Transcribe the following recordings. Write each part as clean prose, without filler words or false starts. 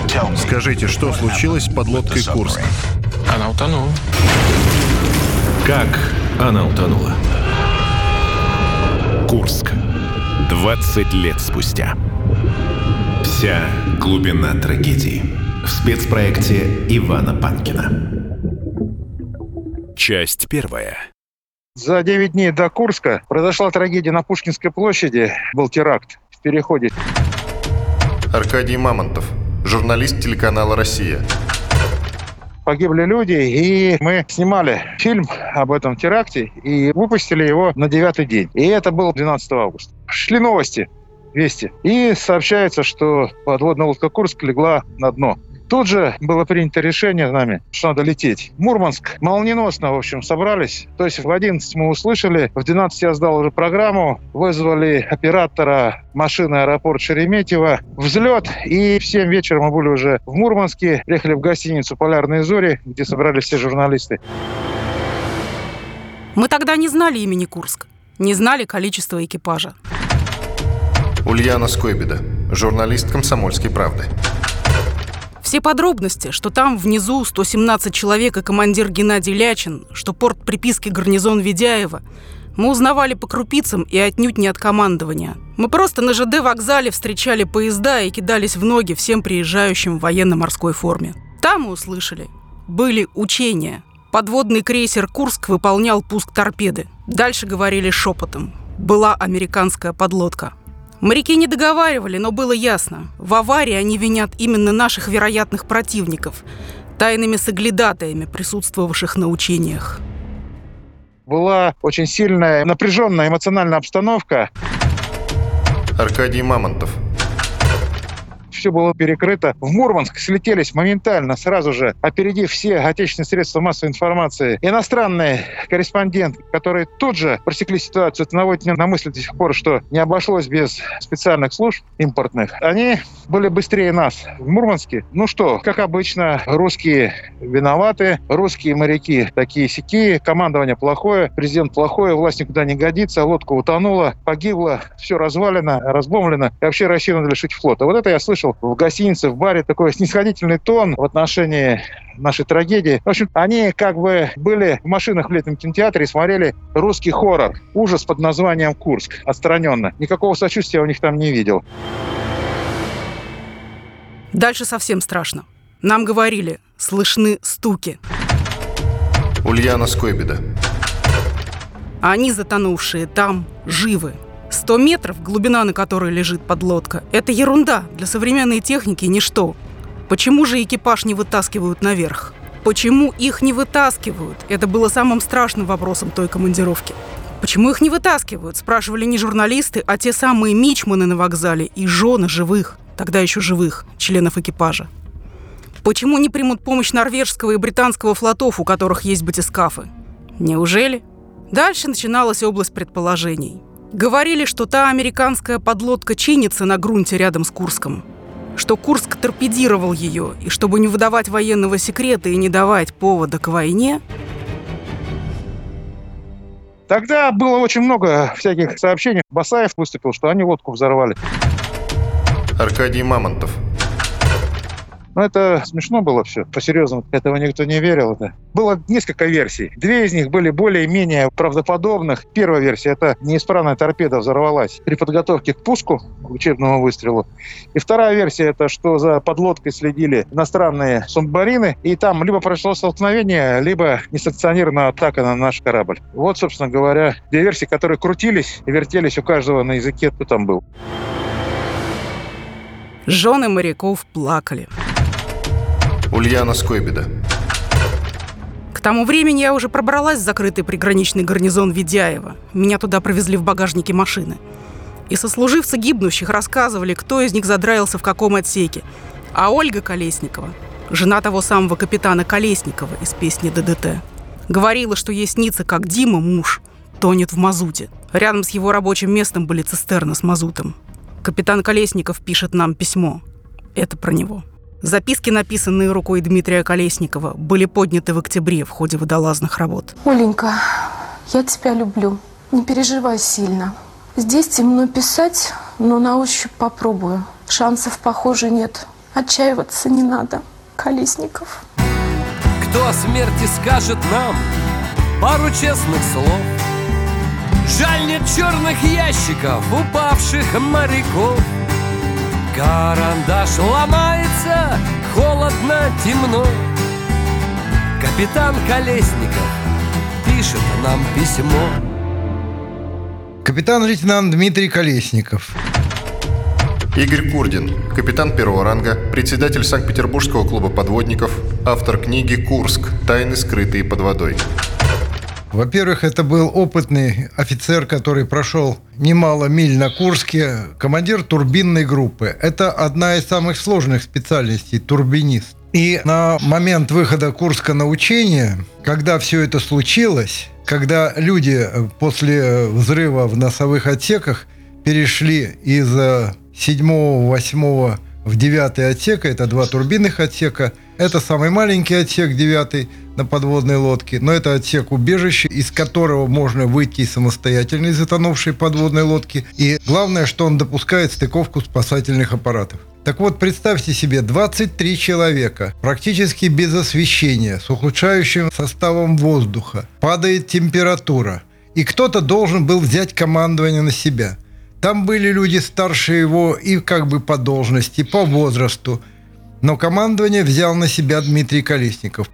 Скажите, что случилось с подлодкой «Курск»? Она утонула. Как она утонула? Курск. 20 лет спустя. Вся глубина трагедии в спецпроекте Ивана Панкина. Часть первая. За 9 дней до Курска произошла трагедия на Пушкинской площади. Был теракт в переходе. Аркадий Мамонтов, журналист телеканала «Россия». Погибли люди, и мы снимали фильм об этом теракте и выпустили его на 9-й день. И это было 12 августа. Шли новости, вести. И сообщается, что подводная лодка «Курск» легла на дно. Тут же было принято решение нами, что надо лететь. Мурманск молниеносно, в общем, собрались. То есть в 11 мы услышали, в 12 я сдал уже программу, вызвали оператора машины аэропорт Шереметьево. Взлет, и в 7 вечера мы были уже в Мурманске, приехали в гостиницу «Полярные зори», где собрались все журналисты. Мы тогда не знали имени Курск, не знали количества экипажа. Ульяна Скойбеда, журналист «Комсомольской правды». Все подробности, что там внизу 117 человек и командир Геннадий Лячин, что порт приписки гарнизон Ведяева, мы узнавали по крупицам и отнюдь не от командования. Мы просто на ЖД-вокзале встречали поезда и кидались в ноги всем приезжающим в военно-морской форме. Там мы услышали. Были учения. Подводный крейсер «Курск» выполнял пуск торпеды. Дальше говорили шепотом. Была американская подлодка. Моряки не договаривали, но было ясно. В аварии они винят именно наших вероятных противников, тайными соглядатаями, присутствовавших на учениях. Была очень сильная, напряженная эмоциональная обстановка. Аркадий Мамонтов. Все было перекрыто. В Мурманск слетелись моментально, сразу же, опередив все отечественные средства массовой информации. Иностранные корреспонденты, которые тут же просекли ситуацию, это наводит меня на мысль до сих пор, что не обошлось без специальных служб импортных. Они были быстрее нас в Мурманске. Ну что, как обычно, русские виноваты, русские моряки такие-сякие, командование плохое, президент плохое, власть никуда не годится, лодка утонула, погибла, все развалено, разбомблено, и вообще Россию надо лишить флота. Вот это я слышал в гостинице, в баре, такой снисходительный тон в отношении нашей трагедии. В общем, они как бы были в машинах в летнем кинотеатре и смотрели русский хоррор, ужас под названием «Курск», отстраненно. Никакого сочувствия у них там не видел. Дальше совсем страшно. Нам говорили, слышны стуки. Ульяна Скойбеда. А они, затонувшие там, живы. 100 метров, глубина на которой лежит подлодка, это ерунда, для современной техники ничто. Почему же экипаж не вытаскивают наверх? Почему их не вытаскивают? Это было самым страшным вопросом той командировки. Почему их не вытаскивают? Спрашивали не журналисты, а те самые мичманы на вокзале и жены живых, тогда еще живых, членов экипажа. Почему не примут помощь норвежского и британского флотов, у которых есть батискафы? Неужели? Дальше начиналась область предположений. Говорили, что та американская подлодка чинится на грунте рядом с Курском, что Курск торпедировал ее, и чтобы не выдавать военного секрета и не давать повода к войне. Тогда было очень много всяких сообщений. Басаев выступил, что они лодку взорвали. Аркадий Мамонтов. Но это смешно было все. По-серьезному этого никто не верил. Было несколько версий. 2 из них были более-менее правдоподобных. Первая версия – это неисправная торпеда взорвалась при подготовке к пуску, к учебному выстрелу. И вторая версия – это что за подлодкой следили иностранные субмарины, и там либо произошло столкновение, либо несанкционированная атака на наш корабль. Вот, собственно говоря, 2 версии, которые крутились и вертелись у каждого на языке, кто там был. Жены моряков плакали. Ульяна Скойбеда. К тому времени я уже пробралась в закрытый приграничный гарнизон Ведяева. Меня туда провезли в багажнике машины. И сослуживцы гибнущих рассказывали, кто из них задраился в каком отсеке. А Ольга Колесникова, жена того самого капитана Колесникова из песни «ДДТ», говорила, что ей снится, как Дима, муж, тонет в мазуте. Рядом с его рабочим местом были цистерны с мазутом. Капитан Колесников пишет нам письмо. Это про него. Записки, написанные рукой Дмитрия Колесникова, были подняты в октябре в ходе водолазных работ. Оленька, я тебя люблю. Не переживай сильно. Здесь темно писать, но на ощупь попробую. Шансов, похоже, нет. Отчаиваться не надо, Колесников. Кто о смерти скажет нам пару честных слов? Жаль, нет черных ящиков упавших моряков. Карандаш ломается, холодно, темно. Капитан Колесников пишет нам письмо. Капитан-лейтенант Дмитрий Колесников. Игорь Курдин, капитан первого ранга, председатель Санкт-Петербургского клуба подводников, автор книги «Курск. Тайны, скрытые под водой». Во-первых, это был опытный офицер, который прошел немало миль на Курске, командир турбинной группы. Это одна из самых сложных специальностей – турбинист. И на момент выхода Курска на учение, когда все это случилось, когда люди после взрыва в носовых отсеках перешли из 7-го, 8-го в 9-й отсек, это 2 турбинных отсека. Это самый маленький отсек, 9-й, на подводной лодке, но это отсек убежища, из которого можно выйти самостоятельно из затонувшей подводной лодки. И главное, что он допускает стыковку спасательных аппаратов. Так вот, представьте себе, 23 человека, практически без освещения, с ухудшающим составом воздуха, падает температура, и кто-то должен был взять командование на себя. Там были люди старше его и как бы по должности, по возрасту. Но командование взял на себя Дмитрий Колесников.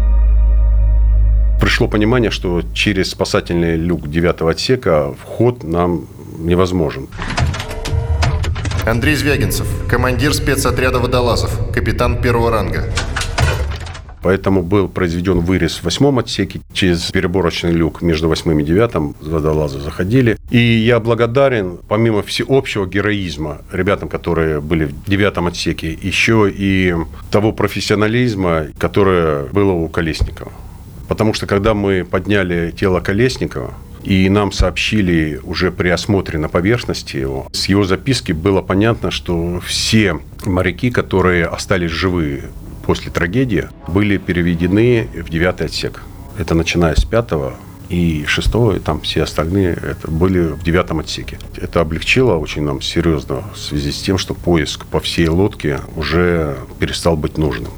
Пришло понимание, что через спасательный люк 9-го отсека вход нам невозможен. Андрей Звягинцев, командир спецотряда водолазов, капитан первого ранга. Поэтому был произведен вырез в 8-м отсеке. Через переборочный люк между 8-м и 9-м водолазы заходили. И я благодарен, помимо всеобщего героизма, ребятам, которые были в 9-м отсеке, еще и того профессионализма, которое было у Колесникова. Потому что когда мы подняли тело Колесникова, и нам сообщили уже при осмотре на поверхности его, с его записки было понятно, что все моряки, которые остались живы после трагедии, были переведены в 9-й отсек. Это начиная с 5-го и 6-го, и там все остальные это были в 9-м отсеке. Это облегчило очень нам серьезно в связи с тем, что поиск по всей лодке уже перестал быть нужным.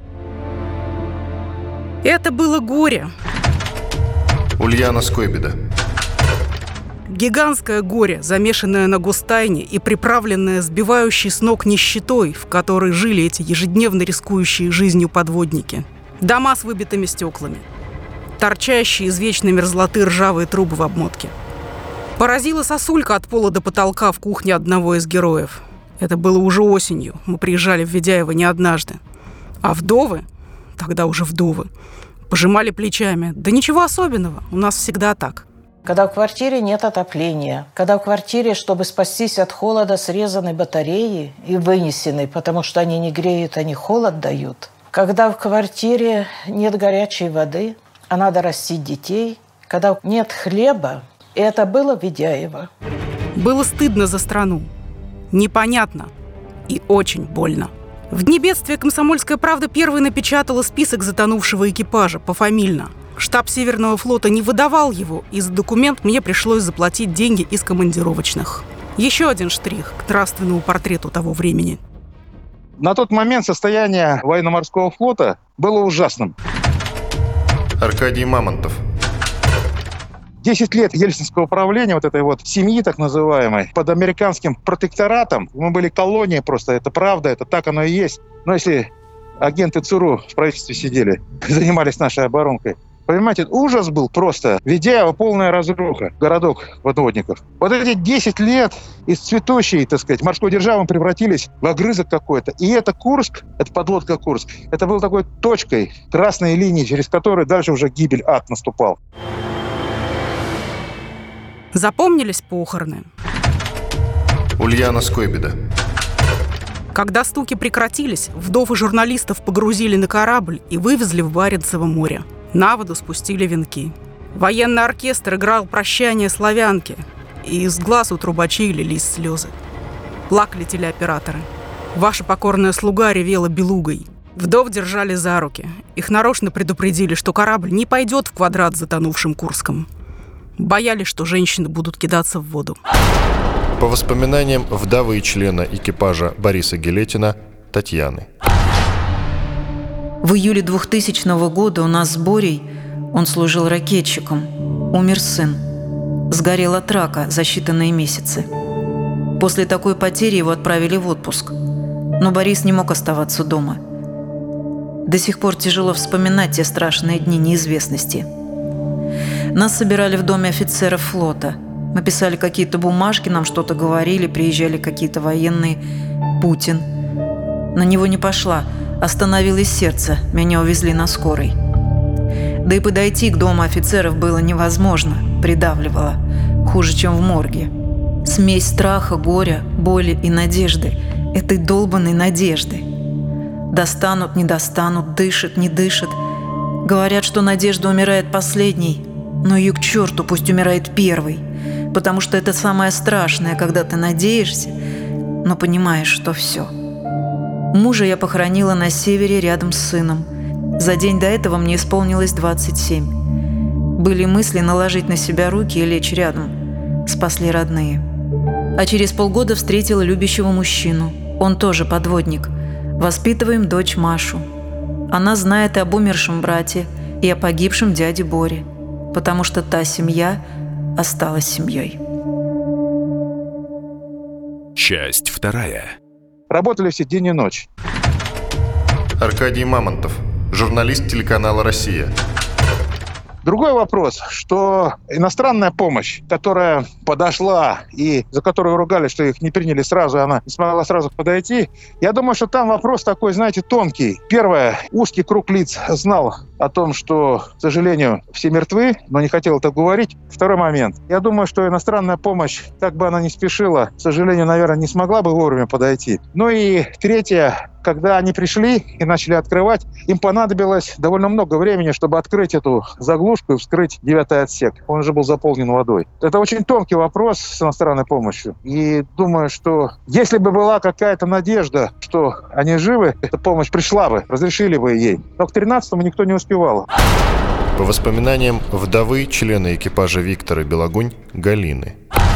Это было горе. Ульяна Скойбеда. Гигантское горе, замешанное на гостайне и приправленное сбивающей с ног нищетой, в которой жили эти ежедневно рискующие жизнью подводники. Дома с выбитыми стеклами. Торчащие из вечной мерзлоты ржавые трубы в обмотке. Поразила сосулька от пола до потолка в кухне одного из героев. Это было уже осенью. Мы приезжали в Ведяево не однажды. А вдовы, тогда уже вдовы, пожимали плечами. Да ничего особенного, у нас всегда так. Когда в квартире нет отопления, когда в квартире, чтобы спастись от холода, срезаны батареи и вынесены, потому что они не греют, они холод дают. Когда в квартире нет горячей воды, а надо растить детей. Когда нет хлеба, и это было в Ведяево. Было стыдно за страну. Непонятно и очень больно. В дни бедствия «Комсомольская правда» первой напечатала список затонувшего экипажа пофамильно. Штаб Северного флота не выдавал его, и за документ мне пришлось заплатить деньги из командировочных. Еще один штрих к нравственному портрету того времени. На тот момент состояние военно-морского флота было ужасным. Аркадий Мамонтов. 10 лет ельцинского правления, вот этой вот семьи так называемой, под американским протекторатом. Мы были колонией просто, это правда, это так оно и есть. Но если агенты ЦРУ в правительстве сидели, занимались нашей оборонкой, понимаете, ужас был просто. Ведяево полная разруха, городок подводников. Вот эти 10 лет из цветущей, так сказать, морской державы превратились в огрызок какой-то. И это Курск, это подлодка Курск, это был такой точкой, красной линии, через которую дальше уже гибель, ад наступал. Запомнились похороны? Ульяна Скойбеда. Когда стуки прекратились, вдов и журналистов погрузили на корабль и вывезли в Баренцево море. На воду спустили венки. Военный оркестр играл «Прощание славянки», и из глаз у трубачей лились слезы. Плакали телеоператоры. Ваша покорная слуга ревела белугой. Вдов держали за руки. Их нарочно предупредили, что корабль не пойдет в квадрат с затонувшим Курском. Боялись, что женщины будут кидаться в воду. По воспоминаниям вдовы и члена экипажа Бориса Гелетина Татьяны. В июле 2000 года у нас с Борей, он служил ракетчиком, умер сын. Сгорел от рака за считанные месяцы. После такой потери его отправили в отпуск. Но Борис не мог оставаться дома. До сих пор тяжело вспоминать те страшные дни неизвестности. Нас собирали в доме офицеров флота. Мы писали какие-то бумажки, нам что-то говорили, приезжали какие-то военные. Путин. На него не пошла. Остановилось сердце. Меня увезли на скорой. Да и подойти к дому офицеров было невозможно. Придавливало. Хуже, чем в морге. Смесь страха, горя, боли и надежды. Этой долбанной надежды. Достанут, не достанут, дышит, не дышит. Говорят, что надежда умирает последней. Но ее к черту, пусть умирает первой. Потому что это самое страшное, когда ты надеешься, но понимаешь, что все. Мужа я похоронила на севере рядом с сыном. За день до этого мне исполнилось 27. Были мысли наложить на себя руки и лечь рядом. Спасли родные. А через полгода встретила любящего мужчину. Он тоже подводник. Воспитываем дочь Машу. Она знает и об умершем брате, и о погибшем дяде Боре. Потому что та семья осталась семьей. Часть 2. Работали все день и ночь. Аркадий Мамонтов, журналист телеканала «Россия». Другой вопрос, что иностранная помощь, которая подошла и за которую ругали, что их не приняли сразу, и она не смогла сразу подойти, я думаю, что там вопрос такой, знаете, тонкий. Первое, узкий круг лиц знал о том, что, к сожалению, все мертвы, но не хотел это говорить. Второй момент. Я думаю, что иностранная помощь, как бы она ни спешила, к сожалению, наверное, не смогла бы вовремя подойти. Ну и третье, когда они пришли и начали открывать, им понадобилось довольно много времени, чтобы открыть эту заглушку и вскрыть 9-й отсек. Он уже был заполнен водой. Это очень тонкий вопрос с иностранной помощью. И думаю, что если бы была какая-то надежда, что они живы, эта помощь пришла бы, разрешили бы ей. Но к 13-му никто не успевал. По воспоминаниям вдовы члена экипажа Виктора Белогунь Галины.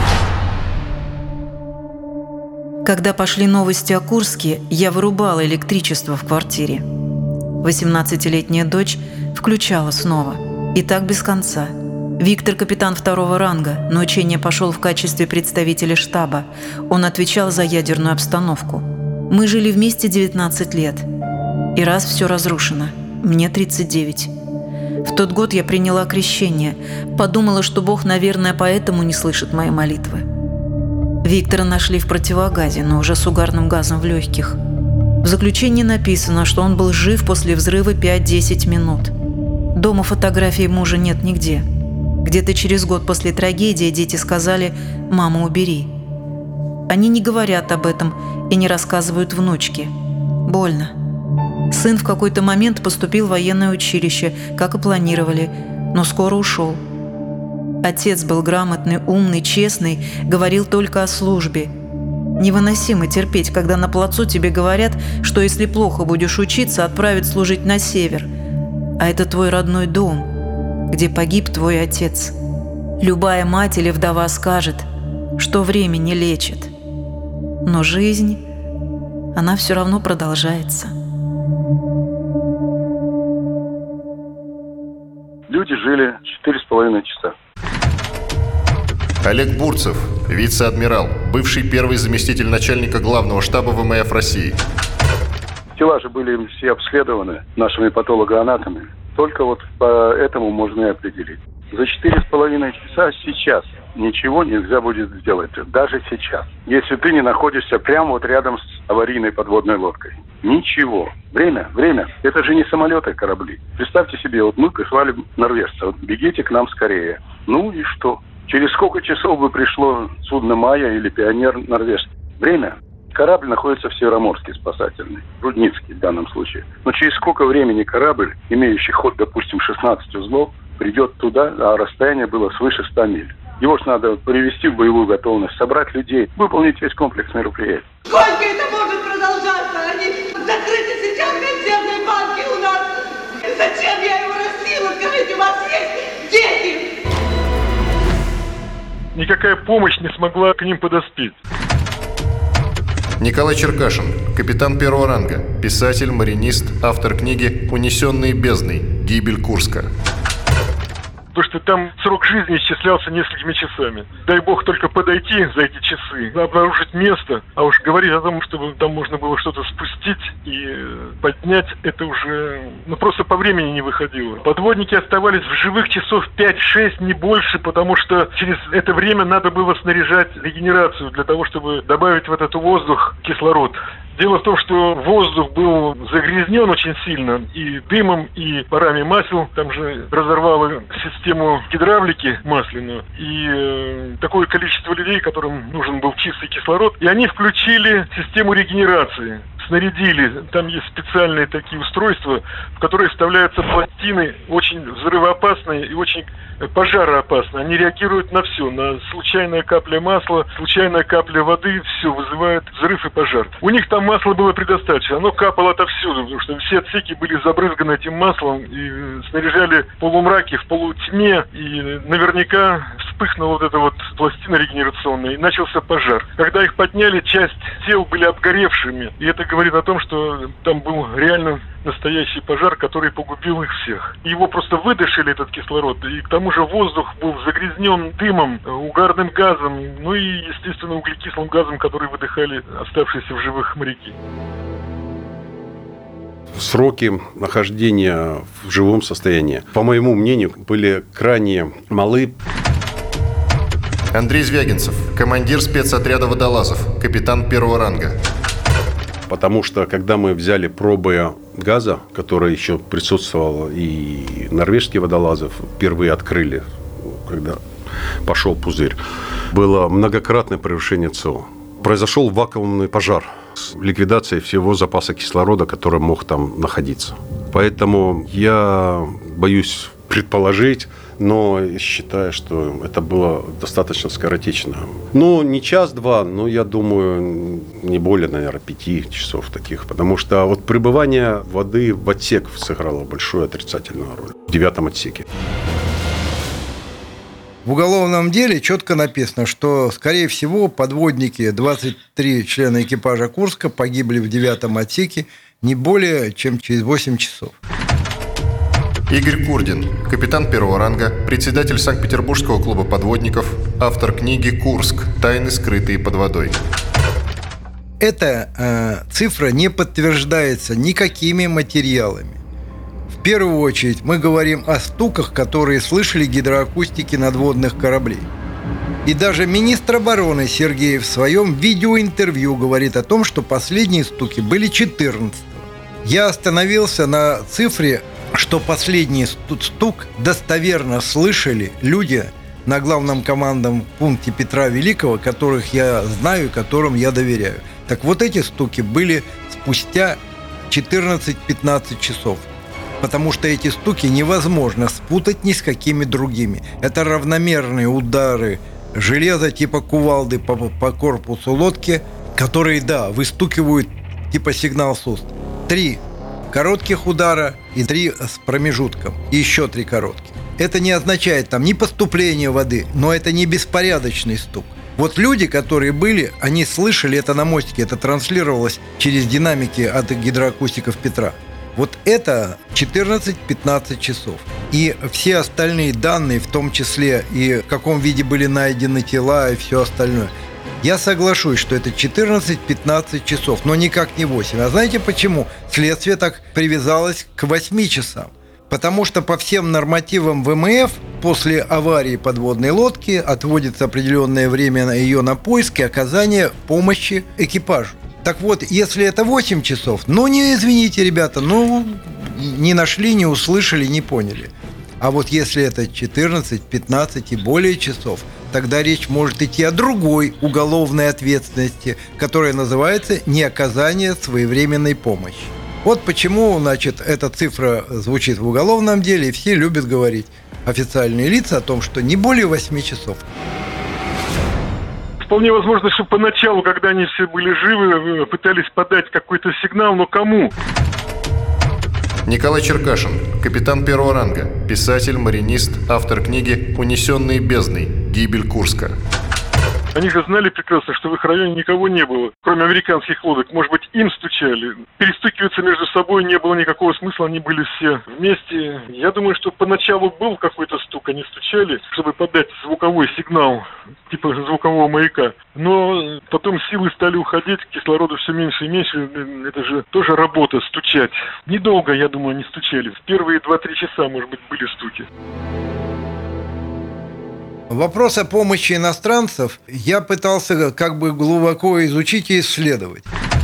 Когда пошли новости о Курске, я вырубала электричество в квартире. 18-летняя дочь включала снова. И так без конца. Виктор – капитан 2-го ранга, на учение пошел в качестве представителя штаба. Он отвечал за ядерную обстановку. Мы жили вместе 19 лет. И раз все разрушено. Мне 39. В тот год я приняла крещение. Подумала, что Бог, наверное, поэтому не слышит мои молитвы. Виктора нашли в противогазе, но уже с угарным газом в легких. В заключении написано, что он был жив после взрыва 5-10 минут. Дома фотографий мужа нет нигде. Где-то через год после трагедии дети сказали «мама, убери». Они не говорят об этом и не рассказывают внучке. Больно. Сын в какой-то момент поступил в военное училище, как и планировали, но скоро ушел. Отец был грамотный, умный, честный, говорил только о службе. Невыносимо терпеть, когда на плацу тебе говорят, что если плохо будешь учиться, отправят служить на север. А это твой родной дом, где погиб твой отец. Любая мать или вдова скажет, что время не лечит. Но жизнь, она все равно продолжается. Люди жили 4,5 часа. Олег Бурцев, вице-адмирал, бывший первый заместитель начальника главного штаба ВМФ России. Тела же были все обследованы нашими патологоанатомами. Только вот по этому можно и определить. За 4,5 часа сейчас ничего нельзя будет сделать. Даже сейчас. Если ты не находишься прямо вот рядом с аварийной подводной лодкой. Ничего. Время. Это же не самолеты, а корабли. Представьте себе, вот мы прислали норвежцев. Вот бегите к нам скорее. Ну и что? Через сколько часов бы пришло судно «Майя» или «Пионер» норвежский? Время. Корабль находится в Североморске спасательный, Рудницкий в данном случае. Но через сколько времени корабль, имеющий ход, допустим, 16 узлов, придет туда, а расстояние было свыше 100 миль. Его же надо привести в боевую готовность, собрать людей, выполнить весь комплекс мероприятий. Сколько это может продолжаться? Они закрыты сейчас консервные банки у нас. Зачем я его растила? Скажите, у вас есть дети? Никакая помощь не смогла к ним подоспеть. Николай Черкашин, капитан первого ранга, писатель, маринист, автор книги «Унесенные бездной. Гибель Курска». Потому что там срок жизни исчислялся несколькими часами. Дай бог только подойти за эти часы, обнаружить место, а уж говорить о том, чтобы там можно было что-то спустить и поднять, это уже просто по времени не выходило. Подводники оставались в живых часов 5-6, не больше, потому что через это время надо было снаряжать регенерацию для того, чтобы добавить в этот воздух кислород. Дело в том, что воздух был загрязнен очень сильно и дымом, и парами масел. Там же разорвало систему гидравлики масляную. И такое количество людей, которым нужен был чистый кислород. И они включили систему регенерации. Снарядили, там есть специальные такие устройства, в которые вставляются пластины, очень взрывоопасные и очень пожароопасные. Они реагируют на все, на случайная капля масла, случайная капля воды, все вызывает взрыв и пожар. У них там масла было предостаточно, оно капало отовсюду, потому что все отсеки были забрызганы этим маслом и снаряжали в полумраке, в полутьме, и наверняка вспыхнула вот эта вот пластина регенерационная, и начался пожар. Когда их подняли, часть тел были обгоревшими, и это говорит о том, что там был реально настоящий пожар, который погубил их всех. Его просто выдышали, этот кислород, и к тому же воздух был загрязнен дымом, угарным газом, ну и, естественно, углекислым газом, который выдыхали оставшиеся в живых моряки. Сроки нахождения в живом состоянии, по моему мнению, были крайне малы. Андрей Звягинцев, командир спецотряда водолазов, капитан первого ранга. Потому что, когда мы взяли пробы газа, который еще присутствовал, и норвежские водолазы впервые открыли, когда пошел пузырь, было многократное превышение ЦО. Произошел вакуумный пожар с ликвидацией всего запаса кислорода, который мог там находиться. Поэтому я боюсь предположить, но считаю, что это было достаточно скоротечно. Ну, не час-два, но, я думаю, не более, наверное, 5 часов таких. Потому что вот пребывание воды в отсек сыграло большую отрицательную роль в 9-м отсеке. В уголовном деле четко написано, что, скорее всего, подводники, 23 члена экипажа Курска, погибли в 9-м отсеке не более чем через 8 часов. Игорь Курдин, капитан первого ранга, председатель Санкт-Петербургского клуба подводников, автор книги «Курск. Тайны, скрытые под водой». Эта цифра не подтверждается никакими материалами. В первую очередь мы говорим о стуках, которые слышали гидроакустики надводных кораблей. И даже министр обороны Сергеев в своем видеоинтервью говорит о том, что последние стуки были 14-го. Я остановился на цифре, что последний стук достоверно слышали люди на главном командном пункте Петра Великого, которых я знаю, которым я доверяю. Так вот, эти стуки были спустя 14-15 часов. Потому что эти стуки невозможно спутать ни с какими другими. Это равномерные удары железа типа кувалды по корпусу лодки, которые, да, выстукивают типа сигнал СУС. 3 коротких удара и 3 с промежутком. И еще 3 коротких. Это не означает там ни поступление воды, но это не беспорядочный стук. Вот люди, которые были, они слышали это на мостике, это транслировалось через динамики от гидроакустиков Петра. Вот это 14-15 часов. И все остальные данные, в том числе и в каком виде были найдены тела и все остальное, я соглашусь, что это 14-15 часов, но никак не 8. А знаете почему? Следствие так привязалось к 8 часам. Потому что по всем нормативам ВМФ после аварии подводной лодки отводится определенное время ее на поиск и оказание помощи экипажу. Так вот, если это 8 часов, не извините, ребята, не нашли, не услышали, не поняли. А вот если это 14, 15 и более часов, тогда речь может идти о другой уголовной ответственности, которая называется неоказание своевременной помощи. Вот почему, эта цифра звучит в уголовном деле, и все любят говорить, официальные лица, о том, что не более 8 часов. Вполне возможно, что поначалу, когда они все были живы, пытались подать какой-то сигнал, но кому? Николай Черкашин, капитан первого ранга, писатель, маринист, автор книги «Унесенные бездной. Гибель Курска». Они же знали прекрасно, что в их районе никого не было, кроме американских лодок. Может быть, им стучали. Перестукиваться между собой не было никакого смысла, они были все вместе. Я думаю, что поначалу был какой-то стук, они стучали, чтобы подать звуковой сигнал, типа звукового маяка. Но потом силы стали уходить, кислорода все меньше и меньше. Это же тоже работа, стучать. Недолго, я думаю, они стучали. В первые 2-3 часа, может быть, были стуки. Вопрос о помощи иностранцев я пытался как бы глубоко изучить и исследовать.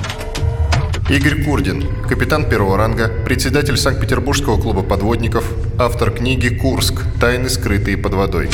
Игорь Курдин, капитан первого ранга, председатель Санкт-Петербургского клуба подводников, автор книги «Курск. Тайны, скрытые под водой».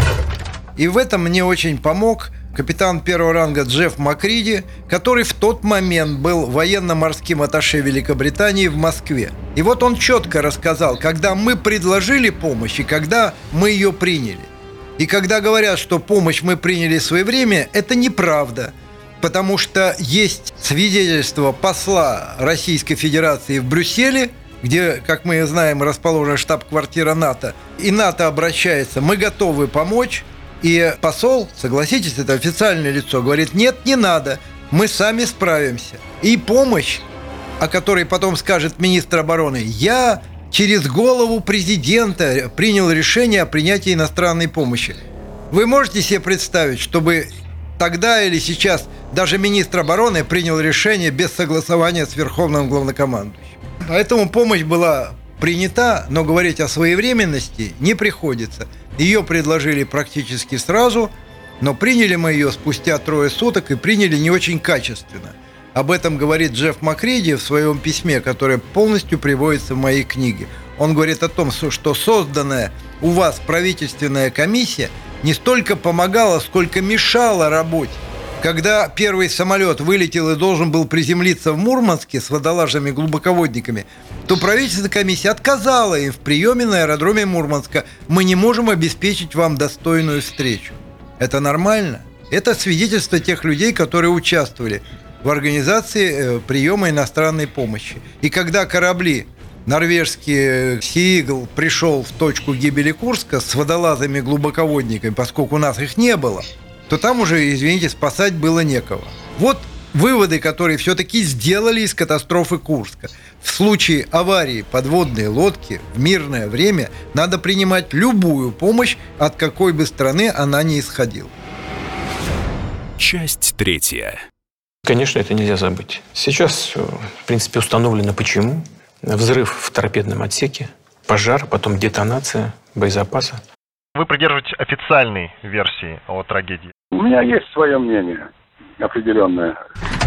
И в этом мне очень помог капитан первого ранга Джефф Макриди, который в тот момент был военно-морским атташе Великобритании в Москве. И вот он четко рассказал, когда мы предложили помощь и когда мы ее приняли. И когда говорят, что помощь мы приняли своевременно, это неправда. Потому что есть свидетельство посла Российской Федерации в Брюсселе, где, как мы знаем, расположена штаб-квартира НАТО. И НАТО обращается: мы готовы помочь. И посол, согласитесь, это официальное лицо, говорит: нет, не надо, мы сами справимся. И помощь, о которой потом скажет министр обороны: я через голову президента принял решение о принятии иностранной помощи. Вы можете себе представить, чтобы тогда или сейчас даже министр обороны принял решение без согласования с Верховным главнокомандующим? Поэтому помощь была принята, но говорить о своевременности не приходится. Ее предложили практически сразу, но приняли мы ее спустя 3 суток и приняли не очень качественно. Об этом говорит Джефф Макриди в своем письме, которое полностью приводится в моей книге. Он говорит о том, что созданная у вас правительственная комиссия не столько помогала, сколько мешала работе. Когда первый самолет вылетел и должен был приземлиться в Мурманске с водолазами-глубоководниками, то правительственная комиссия отказала им в приеме на аэродроме Мурманска. Мы не можем обеспечить вам достойную встречу. Это нормально? Это свидетельство тех людей, которые участвовали в организации приема иностранной помощи. И когда корабли, норвежский Sea-Eagle пришел в точку гибели Курска с водолазами-глубоководниками, поскольку у нас их не было, то там уже, извините, спасать было некого. Вот выводы, которые все-таки сделали из катастрофы Курска. В случае аварии подводной лодки в мирное время надо принимать любую помощь, от какой бы страны она ни исходила. Часть 3. Конечно, это нельзя забыть. Сейчас, в принципе, установлено почему. Взрыв в торпедном отсеке, пожар, потом детонация боезапаса. Вы придерживаетесь официальной версии о трагедии? У меня есть свое мнение определенное.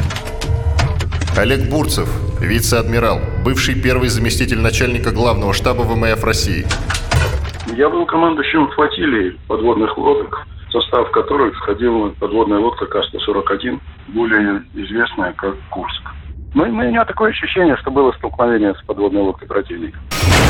Олег Бурцев, вице-адмирал, бывший первый заместитель начальника главного штаба ВМФ России. Я был командующим флотилией подводных лодок, в состав которых входила подводная лодка К-141, более известная как Курск. Но у меня такое ощущение, что было столкновение с подводной лодкой противника.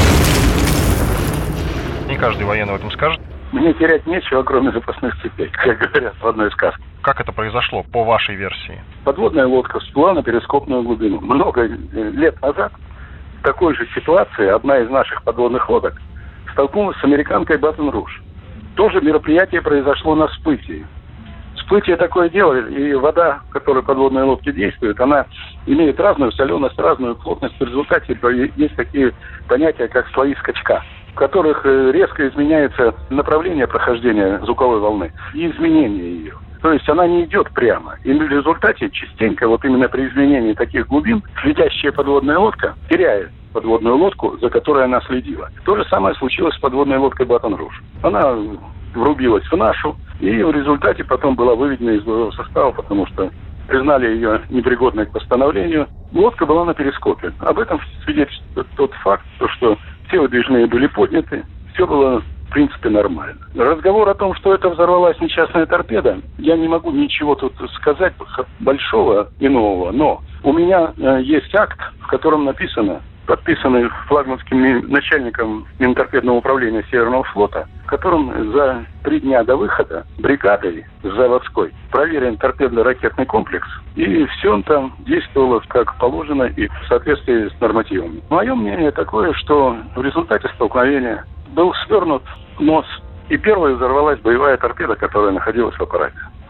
Не каждый военный об этом скажет. Мне терять нечего, кроме запасных цепей, как говорят в одной сказке. Как это произошло, по вашей версии? Подводная лодка всплыла на перископную глубину. Много лет назад в такой же ситуации одна из наших подводных лодок столкнулась с американкой Батон Руж. Тоже мероприятие произошло на всплытии. Всплытие такое дело, и вода, в которой подводные лодки действуют, она имеет разную соленость, разную плотность. В результате есть такие понятия, как слои скачка, в которых резко изменяется направление прохождения звуковой волны и изменение ее. То есть она не идет прямо. И в результате частенько, вот именно при изменении таких глубин, летящая подводная лодка теряет подводную лодку, за которой она следила. То же самое случилось с подводной лодкой Батон Руж. Она врубилась в нашу, и в результате потом была выведена из боевого состава, потому что признали ее непригодной к восстановлению. Лодка была на перископе. Об этом свидетельствует тот факт, что все выдвижные были подняты, все было в принципе нормально. Разговор о том, что это взорвалась несчастная торпеда, я не могу ничего тут сказать большого и нового, но у меня есть акт, в котором написано, подписанный флагманским начальником Минторпедного управления Северного флота, в котором за 3 дня до выхода бригадой заводской проверен торпедно-ракетный комплекс, и все он там действовало как положено и в соответствии с нормативами. Мое мнение такое, что в результате столкновения был свернут нос, и первой взорвалась боевая торпеда, которая находилась в аппарате.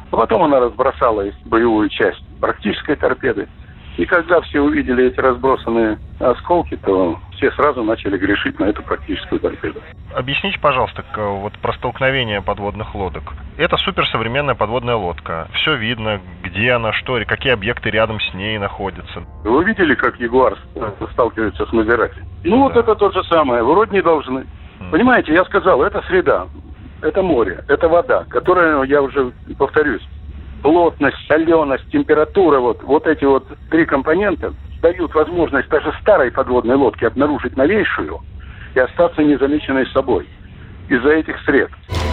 А потом она разбросала боевую часть практической торпеды. И когда все увидели эти разбросанные осколки, то все сразу начали грешить на эту практическую торпеду. Объясните, пожалуйста, вот про столкновение подводных лодок. Это суперсовременная подводная лодка. Все видно, где она, что, какие объекты рядом с ней находятся. Вы видели, как Ягуар сталкивается с Мазерати? Ну, вот это то же самое. Вроде не должны. Понимаете, я сказал, это среда, это море, это вода, которая, я уже повторюсь, плотность, соленость, температура, вот эти вот три компонента дают возможность даже старой подводной лодке обнаружить новейшую и остаться незамеченной собой из-за этих сред.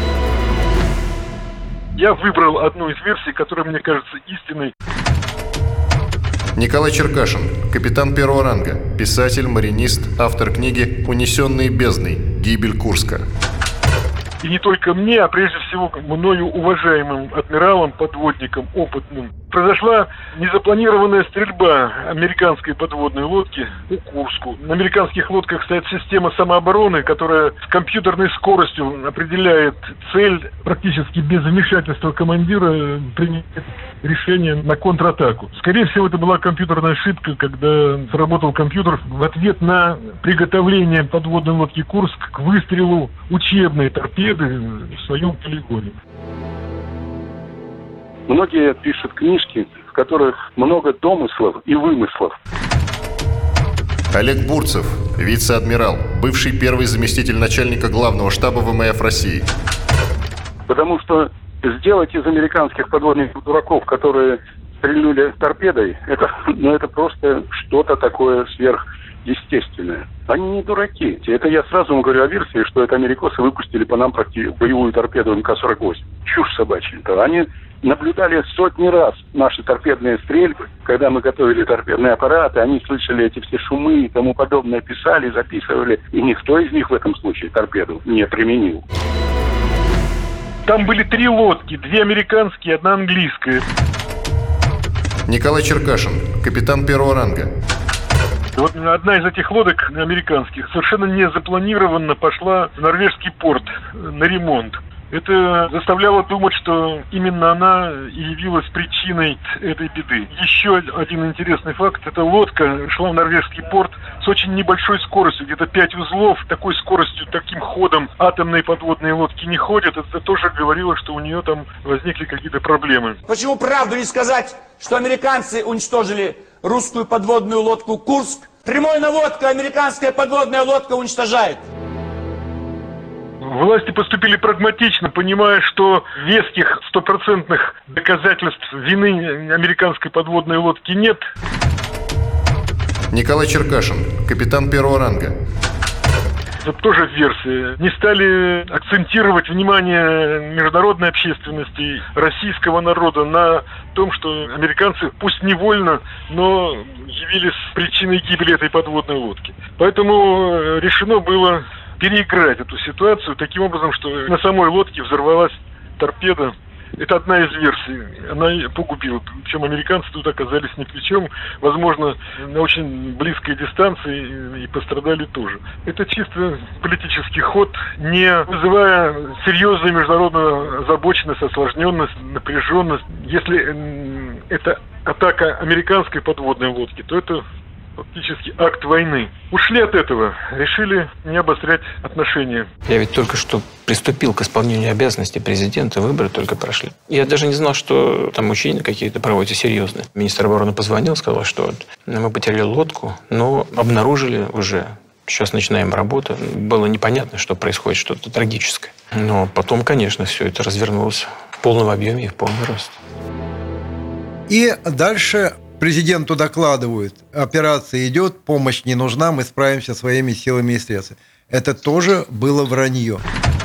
Я выбрал одну из версий, которая мне кажется истинной. Николай Черкашин, капитан первого ранга, писатель, маринист, автор книги «Унесенные бездной. Гибель Курска». И не только мне, а прежде всего мною уважаемым адмиралом, подводником, опытным. Произошла незапланированная стрельба американской подводной лодки по Курску. На американских лодках стоит система самообороны, которая с компьютерной скоростью определяет цель, практически без вмешательства командира принимает решение на контратаку. Скорее всего, это была компьютерная ошибка, когда сработал компьютер в ответ на приготовление подводной лодки «Курск» к выстрелу учебной торпеды в своем полигоне. Многие пишут книжки, в которых много домыслов и вымыслов. Олег Бурцев, вице-адмирал, бывший первый заместитель начальника главного штаба ВМФ России. Потому что сделать из американских подводных дураков, которые стрельнули торпедой, это просто что-то такое сверхъестественное. Они не дураки. Это я сразу вам говорю о версии, что это америкосы выпустили по нам боевую торпеду МК-48. Чушь собачья-то. Они наблюдали сотни раз наши торпедные стрельбы, когда мы готовили торпедные аппараты, они слышали эти все шумы и тому подобное, писали, записывали, и никто из них в этом случае торпеду не применил. Там были 3 лодки, 2 американские, 1 английская. Николай Черкашин, капитан первого ранга. Вот одна из этих лодок американских совершенно не запланированно пошла в норвежский порт на ремонт. Это заставляло думать, что именно она и явилась причиной этой беды. Еще один интересный факт. Эта лодка шла в норвежский порт с очень небольшой скоростью, где-то 5 узлов. Такой скоростью, таким ходом атомные подводные лодки не ходят. Это тоже говорило, что у нее там возникли какие-то проблемы. Почему правду не сказать, что американцы уничтожили русскую подводную лодку «Курск»? Прямой наводка, американская подводная лодка уничтожает. Власти поступили прагматично, понимая, что веских стопроцентных доказательств вины американской подводной лодки нет. Николай Черкашин, капитан первого ранга. Это тоже версия. Не стали акцентировать внимание международной общественности, российского народа на том, что американцы, пусть невольно, но явились причиной гибели этой подводной лодки. Поэтому решено было переиграть эту ситуацию таким образом, что на самой лодке взорвалась торпеда. Это одна из версий. Она погубила. Причем американцы тут оказались ни при чем. Возможно, на очень близкой дистанции и пострадали тоже. Это чисто политический ход, не вызывая серьезную международную озабоченность, осложненность, напряженность. Если это атака американской подводной лодки, то это фактически акт войны. Ушли от этого, решили не обострять отношения. Я ведь только что приступил к исполнению обязанностей президента, выборы только прошли. Я даже не знал, что там учения какие-то проводятся серьезные. Министр обороны позвонил, сказал, что мы потеряли лодку, но обнаружили уже. Сейчас начинаем работу. Было непонятно, что происходит, что-то трагическое. Но потом, конечно, все это развернулось в полном объеме и в полный рост. И дальше президенту докладывают, операция идет, помощь не нужна, мы справимся своими силами и средствами. Это тоже было вранье.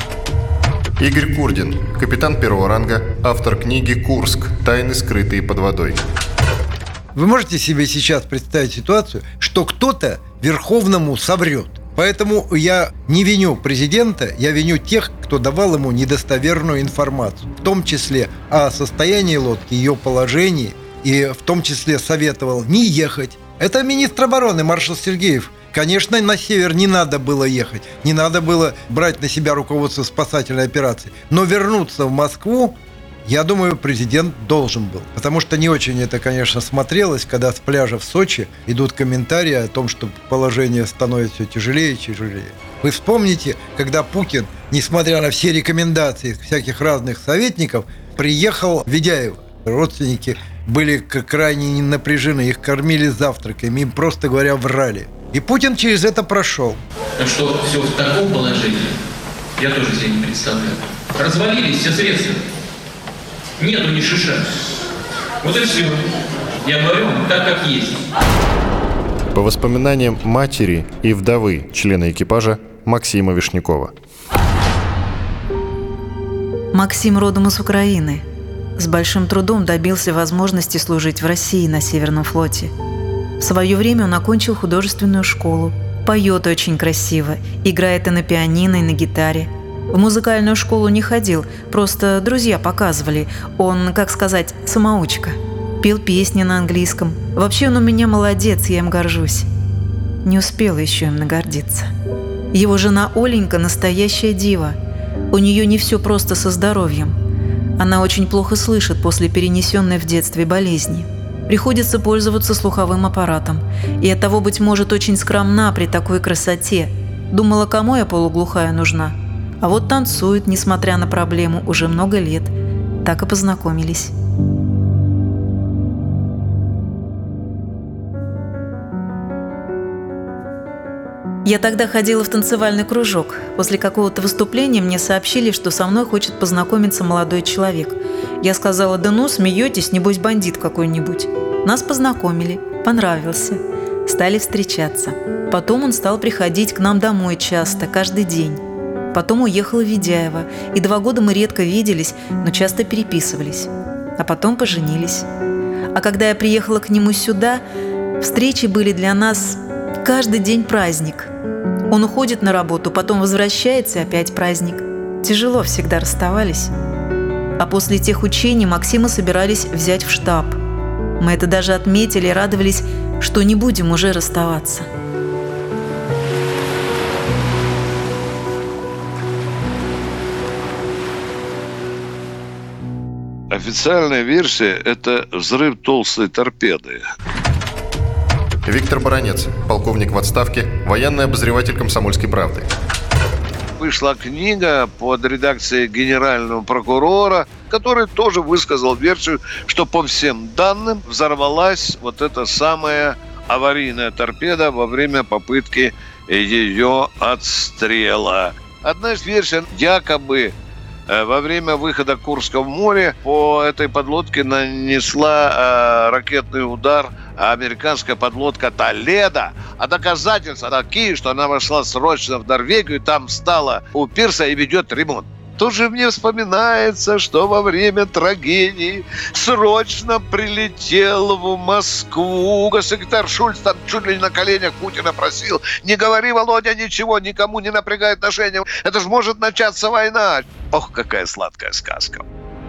Игорь Курдин, капитан первого ранга, автор книги «Курск. Тайны, скрытые под водой». Вы можете себе сейчас представить ситуацию, что кто-то Верховному соврет. Поэтому я не виню президента, я виню тех, кто давал ему недостоверную информацию, в том числе о состоянии лодки, ее положении, и в том числе советовал не ехать. Это министр обороны маршал Сергеев. Конечно, на север не надо было ехать, не надо было брать на себя руководство спасательной операции, но вернуться в Москву Я думаю, президент должен был. Потому что не очень это, конечно, смотрелось, когда с пляжа в Сочи идут комментарии о том, что положение становится все тяжелее и тяжелее. Вы вспомните, когда Путин, несмотря на все рекомендации всяких разных советников, приехал в Ведяево. Родственники были крайне напряжены, их кормили завтраками, им, просто говоря, врали. И Путин через это прошел. Так что все в таком положении, я тоже себе не представляю. Развалились все средства. Нету ни шиша. Вот и все. Я говорю так, как есть. По воспоминаниям матери и вдовы члена экипажа Максима Вишнякова. Максим родом из Украины. С большим трудом добился возможности служить в России на Северном флоте. В свое время он окончил художественную школу. Поет очень красиво, играет и на пианино, и на гитаре. В музыкальную школу не ходил, просто друзья показывали. Он, как сказать, самоучка. Пел песни на английском. Вообще он у меня молодец, я им горжусь. Не успела еще им нагордиться. Его жена Оленька – настоящая дива. У нее не все просто со здоровьем. Она очень плохо слышит после перенесенной в детстве болезни. Приходится пользоваться слуховым аппаратом. И оттого, быть может, очень скромна при такой красоте. Думала, кому я полуглухая нужна. А вот танцует, несмотря на проблему, уже много лет. Так и познакомились. Я тогда ходила в танцевальный кружок. После какого-то выступления мне сообщили, что со мной хочет познакомиться молодой человек. Я сказала: да ну, смеетесь, небось бандит какой-нибудь. Нас познакомили, понравился. Стали встречаться. Потом он стал приходить к нам домой часто, каждый день. Потом уехал в Ведяево, и 2 года мы редко виделись, но часто переписывались. А потом поженились. А когда я приехала к нему сюда, встречи были для нас каждый день праздник. Он уходит на работу, потом возвращается, и опять праздник. Тяжело всегда расставались. А после тех учений Максима собирались взять в штаб. Мы это даже отметили и радовались, что не будем уже расставаться. Официальная версия – это взрыв толстой торпеды. Виктор Баранец, полковник в отставке, военный обозреватель «Комсомольской правды». Вышла книга под редакцией генерального прокурора, который тоже высказал версию, что по всем данным взорвалась вот эта самая аварийная торпеда во время попытки ее отстрела. Одна из версий, якобы во время выхода Курска в море по этой подлодке нанесла ракетный удар американская подлодка «Толедо». А доказательства такие, что она вошла срочно в Норвегию, там встала у пирса и ведет ремонт. Тут же мне вспоминается, что во время трагедии срочно прилетел в Москву госсекретарь Шульц, там чуть ли не на коленях Путина просил: не говори, Володя, ничего, никому не напрягай отношения, это же может начаться война. Ох, какая сладкая сказка.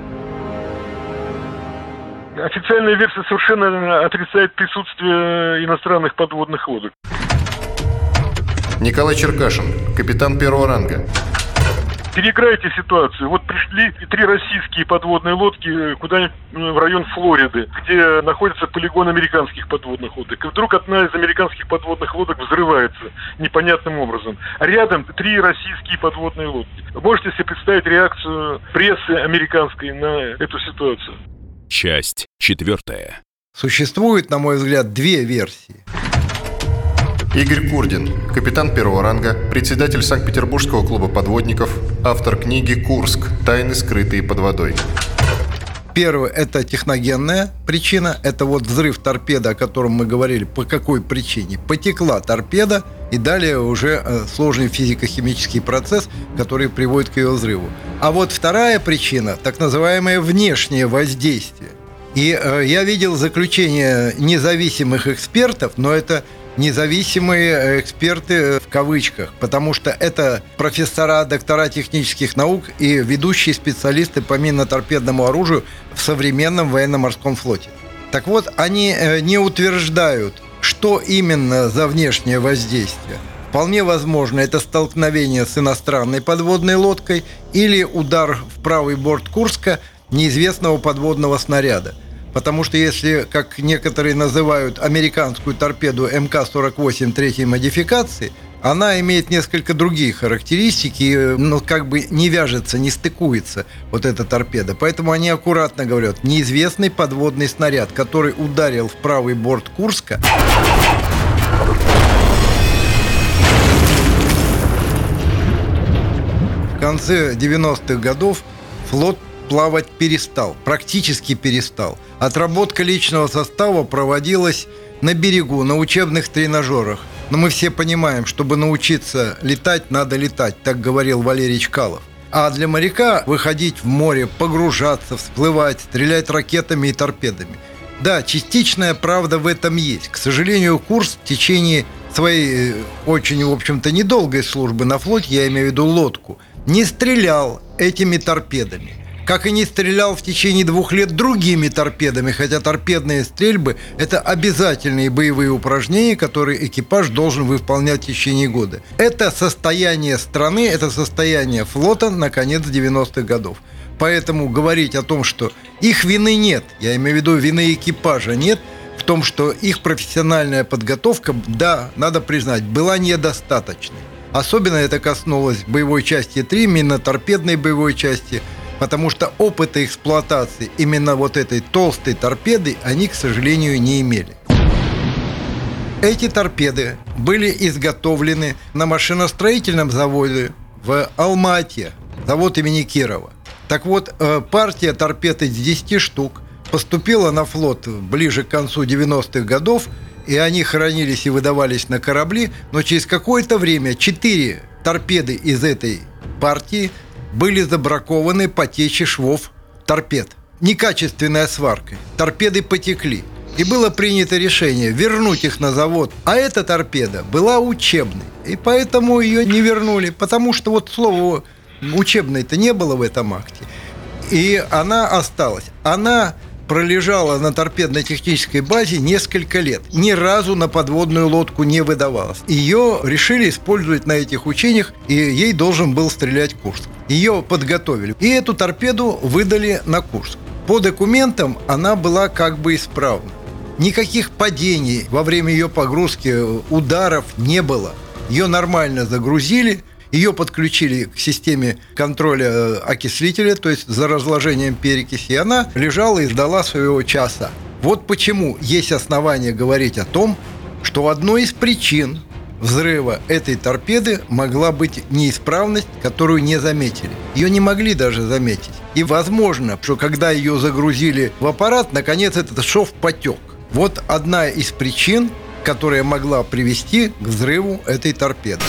Официальная версия совершенно отрицает присутствие иностранных подводных лодок. Николай Черкашин, капитан 1-го ранга. Переиграйте ситуацию. Вот пришли 3 российские подводные лодки куда-нибудь в район Флориды, где находится полигон американских подводных лодок. И вдруг одна из американских подводных лодок взрывается непонятным образом. А рядом 3 российские подводные лодки. Можете себе представить реакцию прессы американской на эту ситуацию? Часть 4. Существует, на мой взгляд, 2 версии. Игорь Курдин, капитан 1-го ранга, председатель Санкт-Петербургского клуба подводников, автор книги «Курск. Тайны, скрытые под водой». Первое – это техногенная причина. Это вот взрыв торпеды, о котором мы говорили. По какой причине? Потекла торпеда, и далее уже сложный физико-химический процесс, который приводит к ее взрыву. А вот вторая причина – так называемое внешнее воздействие. И я видел заключение независимых экспертов, но это независимые эксперты в кавычках, потому что это профессора, доктора технических наук и ведущие специалисты по минно-торпедному оружию в современном военно-морском флоте. Так вот, они не утверждают, что именно за внешнее воздействие. Вполне возможно, это столкновение с иностранной подводной лодкой или удар в правый борт Курска неизвестного подводного снаряда. Потому что если, как некоторые называют, американскую торпеду МК-48 третьей модификации, она имеет несколько другие характеристики, но как бы не вяжется, не стыкуется вот эта торпеда. Поэтому они аккуратно говорят: неизвестный подводный снаряд, который ударил в правый борт Курска. В конце 90-х годов флот плавать перестал, практически перестал. Отработка личного состава проводилась на берегу, на учебных тренажерах. Но мы все понимаем, чтобы научиться летать, надо летать, так говорил Валерий Чкалов. А для моряка выходить в море, погружаться, всплывать, стрелять ракетами и торпедами. Да, частичная правда в этом есть. К сожалению, Курск в течение своей очень, в общем-то, недолгой службы на флоте, я имею в виду лодку, не стрелял этими торпедами. Как и не стрелял в течение 2 лет другими торпедами, хотя торпедные стрельбы – это обязательные боевые упражнения, которые экипаж должен выполнять в течение года. Это состояние страны, это состояние флота на конец 90-х годов. Поэтому говорить о том, что их вины нет, я имею в виду вины экипажа нет, в том, что их профессиональная подготовка, да, надо признать, была недостаточной. Особенно это коснулось боевой части 3, минно-торпедной боевой части, потому что опыта эксплуатации именно вот этой толстой торпеды они, к сожалению, не имели. Эти торпеды были изготовлены на машиностроительном заводе в Алма-Ате, завод имени Кирова. Так вот, партия торпед из 10 штук поступила на флот ближе к концу 90-х годов, и они хранились и выдавались на корабли, но через какое-то время 4 торпеды из этой партии были забракованы по тече швов торпед. Некачественная сварка. Торпеды потекли. И было принято решение вернуть их на завод. А эта торпеда была учебной. И поэтому ее не вернули. Потому что вот слова учебной-то не было в этом акте. И она осталась. Она пролежала на торпедно-технической базе несколько лет. Ни разу на подводную лодку не выдавалась. Ее решили использовать на этих учениях, и ей должен был стрелять Курск. Ее подготовили. И эту торпеду выдали на Курск. По документам она была как бы исправна. Никаких падений во время ее погрузки, ударов не было. Ее нормально загрузили. Ее подключили к системе контроля окислителя, то есть за разложением перекиси, и она лежала и ждала своего часа. Вот почему есть основания говорить о том, что одной из причин взрыва этой торпеды могла быть неисправность, которую не заметили. Ее не могли даже заметить. И возможно, что когда ее загрузили в аппарат, наконец этот шов потек. Вот одна из причин, которая могла привести к взрыву этой торпеды.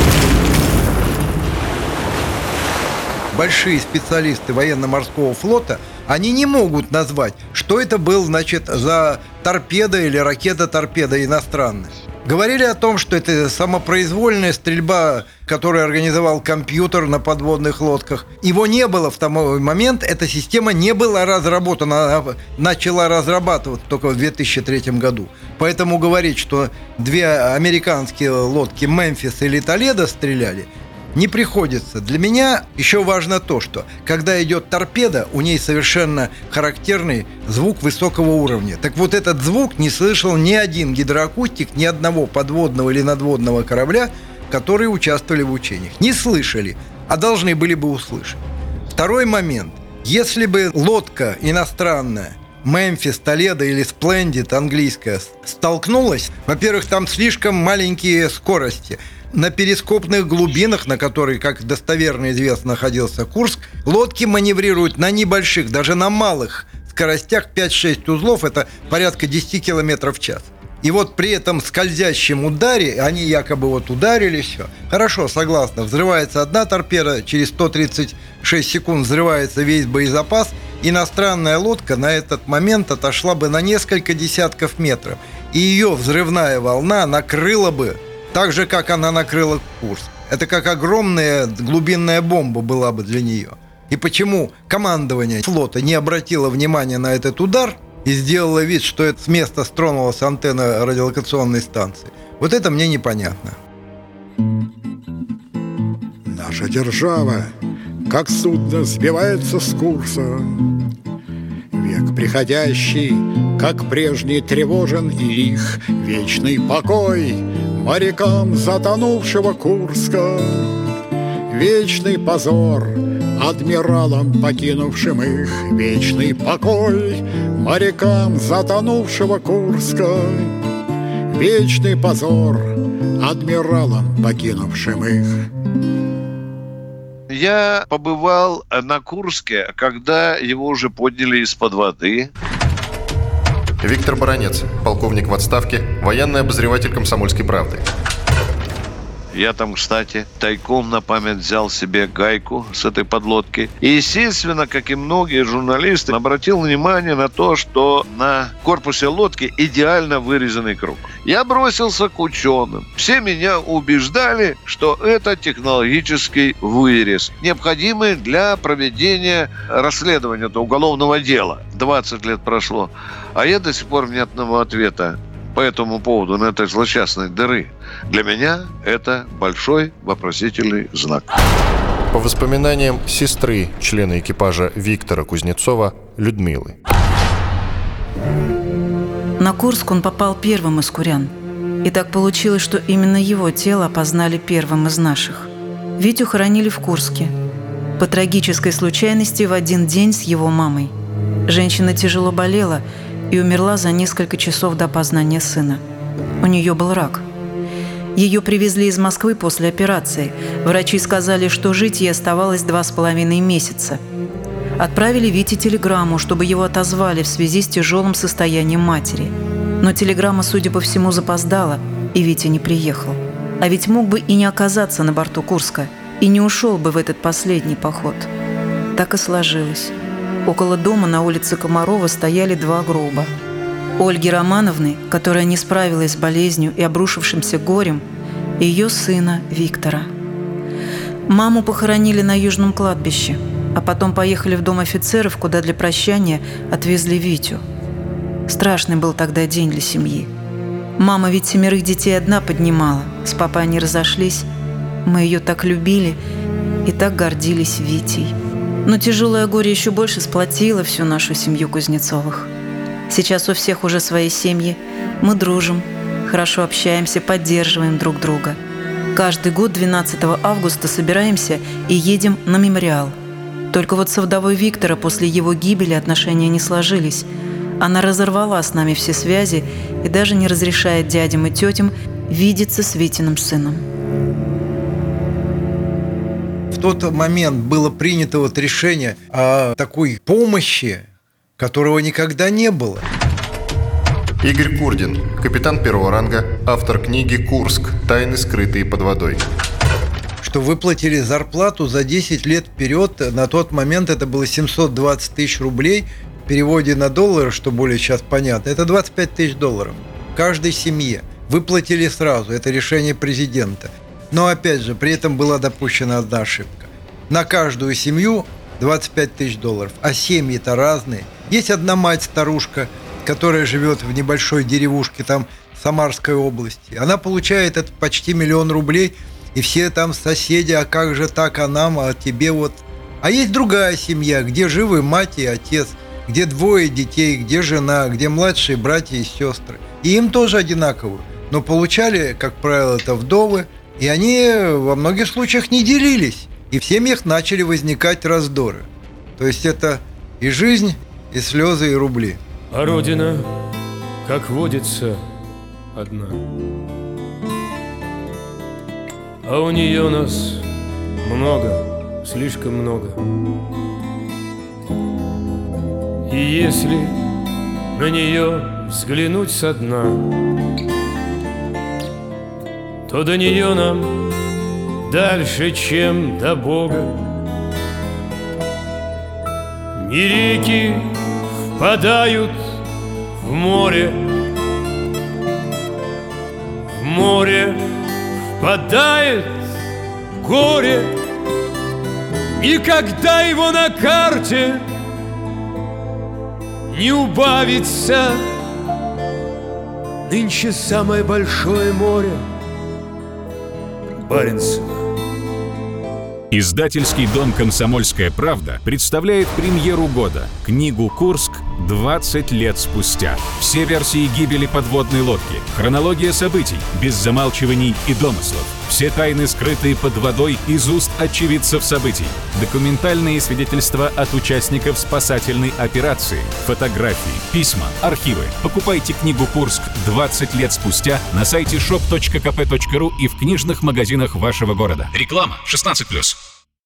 Большие специалисты военно-морского флота, они не могут назвать, что это был, значит, за торпеда или ракета-торпеда иностранная. Говорили о том, что это самопроизвольная стрельба, которую организовал компьютер на подводных лодках. Его не было в тот момент, эта система не была разработана, она начала разрабатываться только в 2003 году. Поэтому говорить, что 2 американские лодки «Мемфис» или «Толедо» стреляли, не приходится. Для меня еще важно то, что когда идет торпеда, у ней совершенно характерный звук высокого уровня. Так вот, этот звук не слышал ни один гидроакустик, ни одного подводного или надводного корабля, которые участвовали в учениях. Не слышали, а должны были бы услышать. Второй момент. Если бы лодка иностранная, Мемфис, Толедо или Сплендид английская, столкнулась, во-первых, там слишком маленькие скорости. На перископных глубинах, на которые, как достоверно известно, находился Курск, лодки маневрируют на небольших, даже на малых скоростях 5-6 узлов, это порядка 10 км в час. И вот при этом скользящем ударе, они якобы вот ударили, все. Хорошо, согласна, взрывается одна торпеда, через 136 секунд взрывается весь боезапас, иностранная лодка на этот момент отошла бы на несколько десятков метров. И ее взрывная волна накрыла бы так же, как она накрыла Курск. Это как огромная глубинная бомба была бы для нее. И почему командование флота не обратило внимания на этот удар и сделало вид, что это с места стронулась антенна радиолокационной станции? Вот это мне непонятно. Наша держава, как судно, сбивается с курса. приходящий, как прежний тревожен и лих. Вечный покой морякам затонувшего Курска, вечный позор адмиралам, покинувшим их. Вечный покой морякам затонувшего Курска, вечный позор адмиралам, покинувшим их. Я побывал на Курске, когда его уже подняли из-под воды. Виктор Баранец, полковник в отставке, военный обозреватель «Комсомольской правды». Я там, кстати, тайком на память взял себе гайку с этой подлодки. И, естественно, как и многие журналисты, обратил внимание на то, что на корпусе лодки идеально вырезанный круг. Я бросился к ученым. Все меня убеждали, что это технологический вырез, необходимый для проведения расследования этого уголовного дела. 20 лет прошло, а я до сих пор ни одного ответа по этому поводу на этой злосчастной дыры. Для меня это большой вопросительный знак. По воспоминаниям сестры члена экипажа Виктора Кузнецова Людмилы. На Курск он попал первым из курян. И так получилось, что именно его тело опознали первым из наших. Витю хоронили в Курске. По трагической случайности в один день с его мамой. Женщина тяжело болела и умерла за несколько часов до опознания сына. У нее был рак. Ее привезли из Москвы после операции. Врачи сказали, что жить ей оставалось 2,5 месяца. Отправили Вите телеграмму, чтобы его отозвали в связи с тяжелым состоянием матери. Но телеграмма, судя по всему, запоздала, и Витя не приехал. А ведь мог бы и не оказаться на борту Курска, и не ушел бы в этот последний поход. Так и сложилось. Около дома на улице Комарова стояли 2 гроба. Ольги Романовны, которая не справилась с болезнью и обрушившимся горем, и ее сына Виктора. Маму похоронили на Южном кладбище, а потом поехали в дом офицеров, куда для прощания отвезли Витю. Страшный был тогда день для семьи. Мама ведь 7 детей одна поднимала, с папой они разошлись. Мы ее так любили и так гордились Витей. Но тяжелое горе еще больше сплотило всю нашу семью Кузнецовых. Сейчас у всех уже свои семьи. Мы дружим, хорошо общаемся, поддерживаем друг друга. Каждый год 12 августа собираемся и едем на мемориал. Только вот со вдовой Виктора после его гибели отношения не сложились. Она разорвала с нами все связи и даже не разрешает дядям и тетям видеться с Витиным сыном. В тот момент было принято решение о такой помощи, которого никогда не было. Игорь Курдин, капитан 1-го ранга, автор книги «Курск. Тайны, скрытые под водой». Что выплатили зарплату за 10 лет вперед. На тот момент это было 720 тысяч рублей. В переводе на доллары, что более сейчас понятно, это 25 тысяч долларов. Каждой семье выплатили сразу. Это решение президента. Но опять же, при этом была допущена одна ошибка. На каждую семью 25 тысяч долларов. А семьи-то разные. Есть одна мать-старушка, которая живет в небольшой деревушке там Самарской области. Она получает это почти 1 000 000 рублей. И все там соседи, а как же так, а нам, а тебе вот. А есть другая семья, где живы мать и отец, где 2 детей, где жена, где младшие братья и сестры. И им тоже одинаково. Но получали, как правило, это вдовы. И они во многих случаях не делились. И в семьях начали возникать раздоры. То есть это и жизнь, и слезы, и рубли. А Родина, как водится, одна. А у нее нас много, слишком много. И если на нее взглянуть со дна, то до нее нам дальше, чем до Бога. Ни реки впадают в море впадает горе, и когда его на карте не убавится, нынче самое большое море — Баренцево. Издательский дом «Комсомольская правда» представляет премьеру года — книгу «Курск. 20 лет спустя. Все версии гибели подводной лодки, хронология событий, без замалчиваний и домыслов. Все тайны, скрытые под водой, из уст очевидцев событий. Документальные свидетельства от участников спасательной операции. Фотографии, письма, архивы. Покупайте книгу «Курск. 20 лет спустя» на сайте shop.kp.ru и в книжных магазинах вашего города. Реклама 16+.